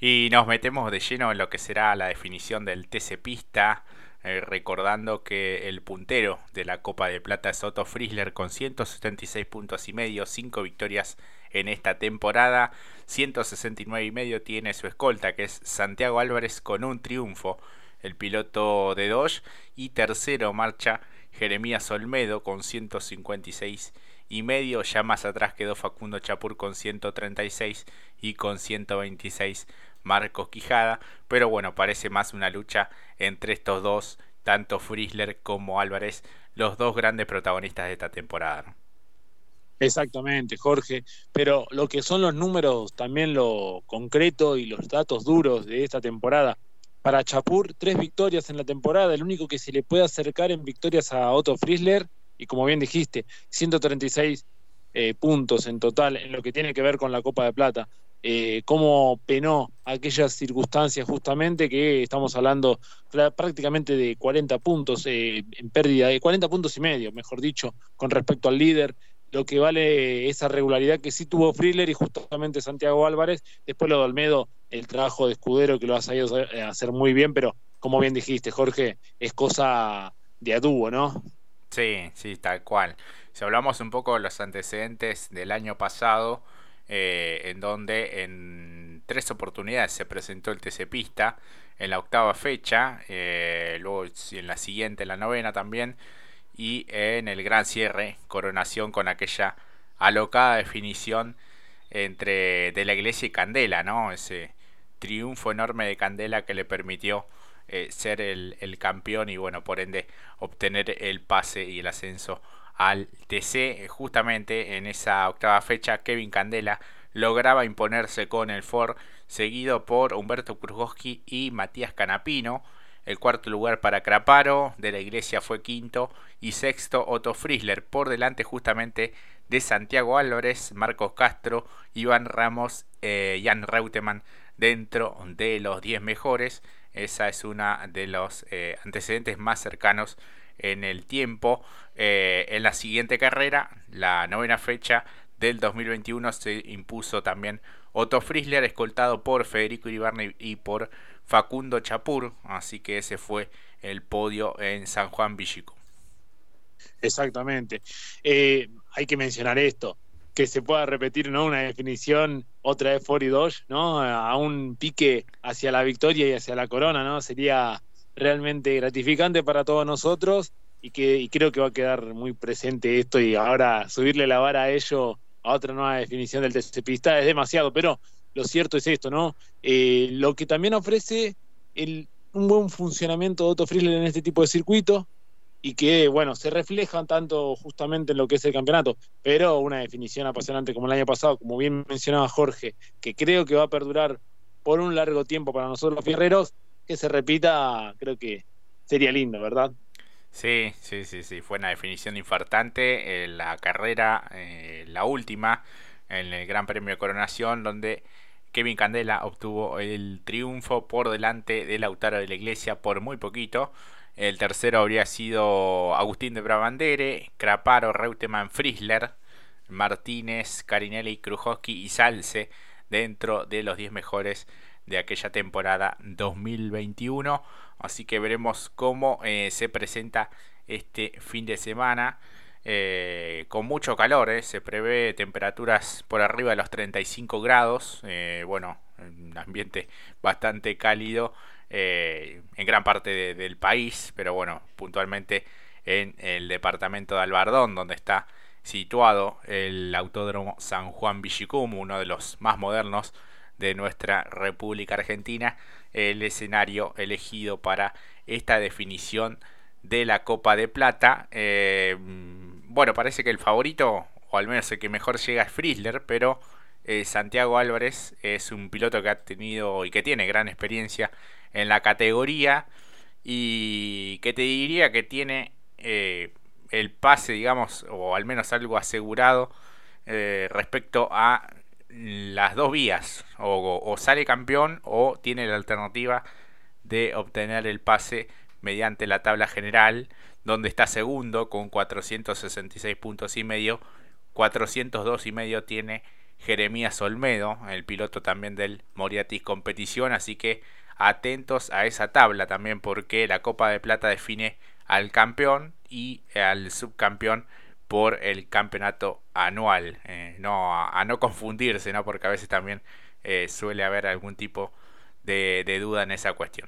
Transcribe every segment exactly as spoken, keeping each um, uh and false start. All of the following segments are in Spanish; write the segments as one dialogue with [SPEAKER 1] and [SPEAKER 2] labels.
[SPEAKER 1] Y nos metemos de lleno en lo que será la definición del T C Pista, eh, recordando que el puntero de la Copa de Plata es Otto Frizzler con ciento setenta y seis puntos y medio, cinco victorias en esta temporada. ciento sesenta y nueve y medio tiene su escolta, que es Santiago Álvarez con un triunfo, el piloto de Dodge. Y tercero marcha Jeremías Olmedo con ciento cincuenta y seis y medio. Ya más atrás quedó Facundo Chapur con ciento treinta y seis y con ciento veintiséis Marcos Quijada. Pero bueno, parece más una lucha entre estos dos, tanto Frizzler como Álvarez, los dos grandes protagonistas de esta temporada, ¿no?
[SPEAKER 2] Exactamente, Jorge. Pero lo que son los números, también lo concreto y los datos duros de esta temporada. Para Chapur, tres victorias en la temporada, el único que se le puede acercar en victorias a Otto Frizzler, y como bien dijiste, ciento treinta y seis eh, puntos en total en lo que tiene que ver con la Copa de Plata. Eh, cómo penó aquellas circunstancias justamente que estamos hablando prácticamente de cuarenta puntos eh, en pérdida, de cuarenta puntos y medio, mejor dicho, con respecto al líder, lo que vale esa regularidad que sí tuvo Friller y justamente Santiago Álvarez. Después lo de Olmedo, el trabajo de Escudero que lo ha sabido hacer muy bien, pero como bien dijiste, Jorge, es cosa de a dúo, ¿no?
[SPEAKER 1] Sí, sí, tal cual. Si hablamos un poco de los antecedentes del año pasado, eh, en donde en tres oportunidades se presentó el T C Pista, en la octava fecha, eh, luego en la siguiente, en la novena también, y en el gran cierre, coronación con aquella alocada definición entre de la Iglesia y Candela, ¿no? Ese triunfo enorme de Candela que le permitió eh, ser el, el campeón y bueno, por ende obtener el pase y el ascenso al T C. Justamente en esa octava fecha Kevin Candela lograba imponerse con el Ford, seguido por Humberto Krugowski y Matías Canapino. El cuarto lugar para Craparo, de la Iglesia fue quinto, y sexto Otto Frizzler, por delante justamente de Santiago Álvarez, Marcos Castro, Iván Ramos, eh, Jan Reutemann, dentro de los diez mejores. Esa es una de los eh, antecedentes más cercanos en el tiempo. Eh, en la siguiente carrera, la novena fecha del dos mil veintiuno, se impuso también Otto Frizzler, escoltado por Federico Iribarne y por Facundo Chapur. Así que ese fue el podio en San Juan Villicum.
[SPEAKER 2] Exactamente. Eh, hay que mencionar esto, que se pueda repetir, ¿no? Una definición otra vez cuarenta y dos, ¿no? A un pique hacia la victoria y hacia la corona, ¿no? Sería realmente gratificante para todos nosotros y que y creo que va a quedar muy presente esto y ahora subirle la vara a ello a otra nueva definición del T C Pista es demasiado, pero lo cierto es esto, ¿no? Eh, lo que también ofrece el, un buen funcionamiento de Otto Frizzler en este tipo de circuito y que, bueno, se reflejan tanto justamente en lo que es el campeonato, pero una definición apasionante como el año pasado, como bien mencionaba Jorge, que creo que va a perdurar por un largo tiempo para nosotros los fierreros, que se repita, creo que sería lindo, ¿verdad?
[SPEAKER 1] Sí, sí, sí, sí, fue una definición infartante. Eh, la carrera, eh, la última, en el Gran Premio de Coronación, donde Kevin Candela obtuvo el triunfo por delante de Lautaro de la Iglesia por muy poquito. El tercero habría sido Agustín de Brabandere, Craparo, Reutemann, Frizzler, Martínez, Carinelli, Krujowski y Salce, dentro de los diez mejores de aquella temporada dos mil veintiuno. Así que veremos cómo eh, se presenta este fin de semana. Eh, con mucho calor, eh. Se prevé temperaturas por arriba de los treinta y cinco grados. Eh, bueno, un ambiente bastante cálido eh, en gran parte de, del país, pero bueno, puntualmente en el departamento de Albardón, donde está situado el Autódromo San Juan Villicum, uno de los más modernos de nuestra República Argentina, el escenario elegido para esta definición de la Copa de Plata. Eh, bueno, parece que el favorito, o al menos el que mejor llega, es Frizzler, pero eh, Santiago Álvarez es un piloto que ha tenido y que tiene gran experiencia en la categoría y que te diría que tiene eh, el pase, digamos, o al menos algo asegurado eh, respecto a las dos vías, o, o sale campeón o tiene la alternativa de obtener el pase mediante la tabla general, donde está segundo con cuatrocientos sesenta y seis puntos y medio. Cuatrocientos dos y medio tiene Jeremías Olmedo, el piloto también del Moriatis Competición, así que atentos a esa tabla también porque la Copa de Plata define al campeón y al subcampeón por el campeonato anual, eh, no a, a no confundirse, ¿no? Porque a veces también eh, suele haber algún tipo de, de duda en esa cuestión.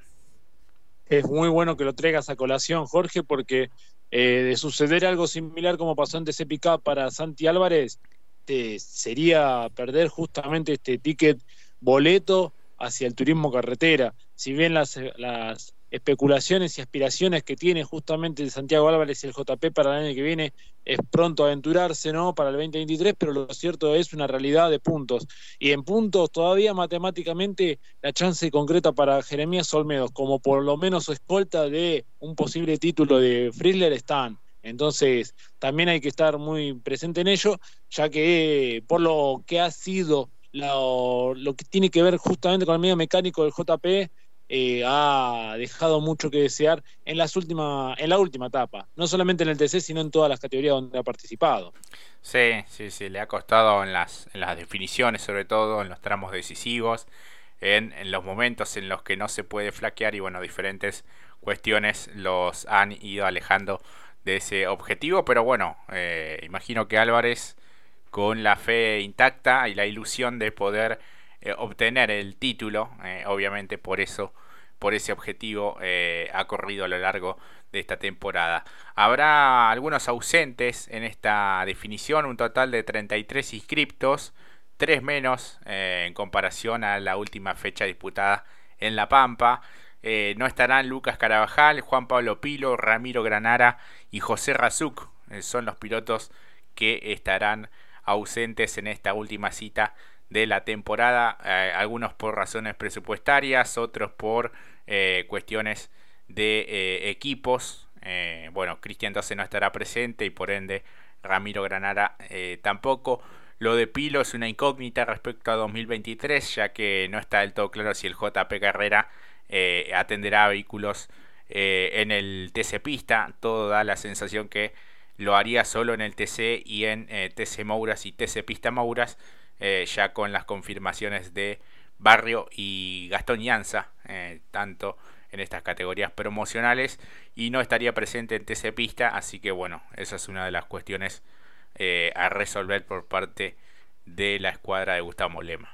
[SPEAKER 2] Es muy bueno que lo traigas a colación, Jorge, porque eh, de suceder algo similar como pasó en T C Pickup para Santi Álvarez, te, sería perder justamente este ticket boleto hacia el turismo carretera. Si bien las, las especulaciones y aspiraciones que tiene justamente Santiago Álvarez y el J P para el año que viene es pronto aventurarse, ¿no? Para el veinte veintitrés, pero lo cierto es una realidad de puntos. Y en puntos todavía matemáticamente la chance concreta para Jeremías Olmedo, como por lo menos su escolta de un posible título de Frizzler están. Entonces, también hay que estar muy presente en ello, ya que por lo que ha sido lo, lo que tiene que ver justamente con el medio mecánico del J P, eh, ha dejado mucho que desear en, las última, en la última etapa, no solamente en el T C, sino en todas las categorías donde ha participado.
[SPEAKER 1] Sí, sí, sí, le ha costado en las, en las definiciones, sobre todo en los tramos decisivos, en, en los momentos en los que no se puede flaquear y bueno, diferentes cuestiones los han ido alejando de ese objetivo, pero bueno, eh, imagino que Álvarez con la fe intacta y la ilusión de poder eh, obtener el título, eh, obviamente por eso, por ese objetivo eh, ha corrido a lo largo de esta temporada. Habrá algunos ausentes en esta definición, un total de treinta y tres inscriptos, tres menos eh, en comparación a la última fecha disputada en La Pampa. Eh, no estarán Lucas Carabajal, Juan Pablo Pilo, Ramiro Granara y José Razuc. Eh, son los pilotos que estarán ausentes en esta última cita de la temporada, eh, algunos por razones presupuestarias, otros por eh, cuestiones de eh, equipos. Eh, bueno, Cristian entonces no estará presente y por ende Ramiro Granara eh, tampoco. Lo de Pilo es una incógnita respecto a dos mil veintitrés, ya que no está del todo claro si el J P Carrera eh, atenderá a vehículos eh, en el T C Pista. Todo da la sensación que lo haría solo en el T C y en eh, T C Mouras y T C Pista Mouras, eh, ya con las confirmaciones de Barrio y Gastón Llanza, eh, tanto en estas categorías promocionales, y no estaría presente en T C Pista, así que bueno, esa es una de las cuestiones eh, a resolver por parte de la escuadra de Gustavo Lema.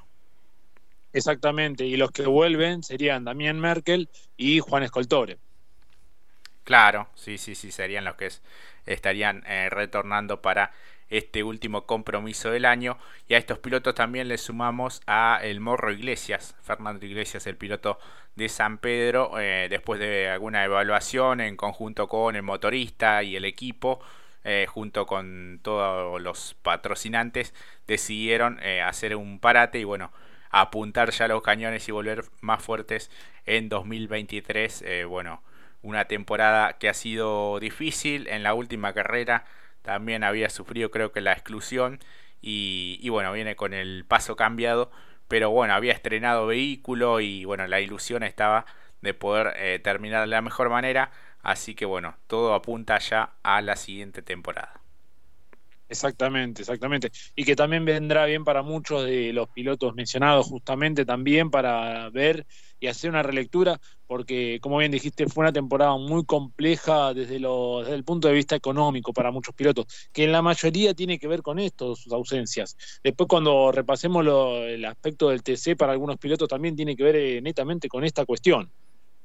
[SPEAKER 2] Exactamente, y los que vuelven serían Damián Merkel y Juan Escoltore.
[SPEAKER 1] Claro, sí, sí, sí, serían los que es, estarían eh, retornando para este último compromiso del año. Y a estos pilotos también le sumamos a el Morro Iglesias, Fernando Iglesias, el piloto de San Pedro, eh, después de alguna evaluación en conjunto con el motorista y el equipo, eh, junto con todos los patrocinantes, decidieron eh, hacer un parate y bueno, apuntar ya los cañones y volver más fuertes en dos mil veintitrés. Eh, bueno, una temporada que ha sido difícil. En la última carrera también había sufrido creo que la exclusión y, y bueno, viene con el paso cambiado, pero bueno, había estrenado vehículo y bueno, la ilusión estaba de poder eh, terminar de la mejor manera, así que bueno, todo apunta ya a la siguiente temporada.
[SPEAKER 2] Exactamente, exactamente. Y que también vendrá bien para muchos de los pilotos mencionados, justamente también para ver y hacer una relectura, porque como bien dijiste, fue una temporada muy compleja desde, lo, desde el punto de vista económico para muchos pilotos, que en la mayoría tiene que ver con esto, sus ausencias. Después cuando repasemos lo, el aspecto del T C para algunos pilotos también tiene que ver eh, netamente con esta cuestión.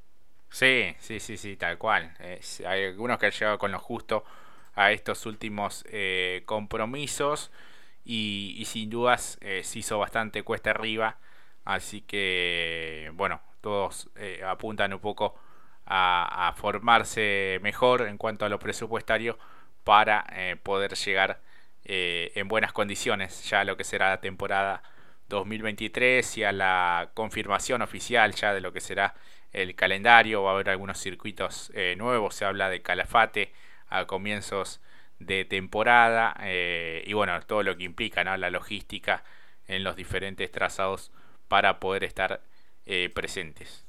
[SPEAKER 1] Sí, sí, sí, sí, tal cual. Eh, hay algunos que han llegado con lo justo a estos últimos eh, compromisos y, y sin dudas eh, se hizo bastante cuesta arriba, así que bueno, todos eh, apuntan un poco a, a formarse mejor en cuanto a lo presupuestario para eh, poder llegar eh, en buenas condiciones ya a lo que será la temporada dos mil veintitrés y a la confirmación oficial ya de lo que será el calendario. Va a haber algunos circuitos eh, nuevos, se habla de Calafate a comienzos de temporada eh, y bueno, todo lo que implica, ¿no? La logística en los diferentes trazados para poder estar eh, presentes.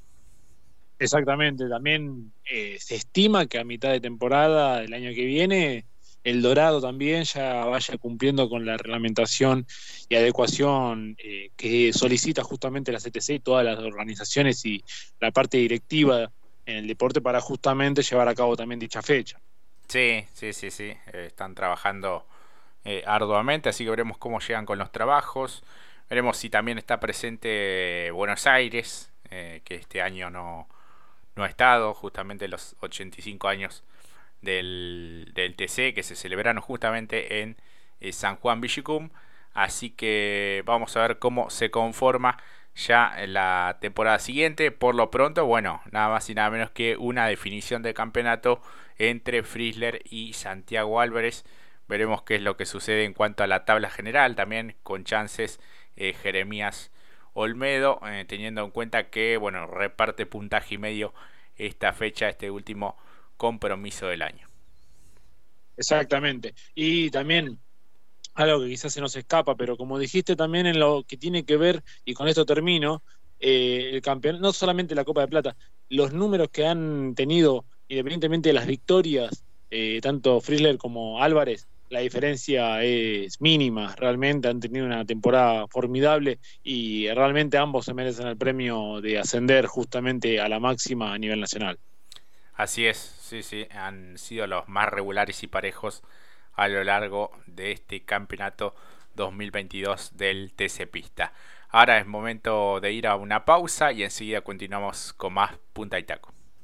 [SPEAKER 2] Exactamente, también eh, se estima que a mitad de temporada del año que viene El Dorado también ya vaya cumpliendo con la reglamentación y adecuación eh, que solicita justamente la C T C y todas las organizaciones y la parte directiva en el deporte para justamente llevar a cabo también dicha fecha.
[SPEAKER 1] Sí, sí, sí, sí. Eh, están trabajando eh, arduamente, así que veremos cómo llegan con los trabajos. Veremos si también está presente Buenos Aires, eh, que este año no, no ha estado, justamente los ochenta y cinco años del, del T C que se celebraron justamente en eh, San Juan Villicum. Así que vamos a ver cómo se conforma ya en la temporada siguiente. Por lo pronto, bueno, nada más y nada menos que una definición de campeonato entre Frizzler y Santiago Álvarez. Veremos qué es lo que sucede en cuanto a la tabla general, también con chances eh, Jeremías Olmedo, eh, teniendo en cuenta que, bueno, reparte puntaje y medio esta fecha, este último compromiso del año.
[SPEAKER 2] Exactamente. Y también algo que quizás se nos escapa, pero como dijiste también en lo que tiene que ver, y con esto termino, eh, el campeón, no solamente la Copa de Plata, los números que han tenido, independientemente de las victorias, eh, tanto Frizzler como Álvarez, la diferencia es mínima, realmente han tenido una temporada formidable y realmente ambos se merecen el premio de ascender justamente a la máxima a nivel nacional.
[SPEAKER 1] Así es, sí, sí, han sido los más regulares y parejos a lo largo de este campeonato dos mil veintidós del T C Pista. Ahora es momento de ir a una pausa y enseguida continuamos con más Punta y Taco.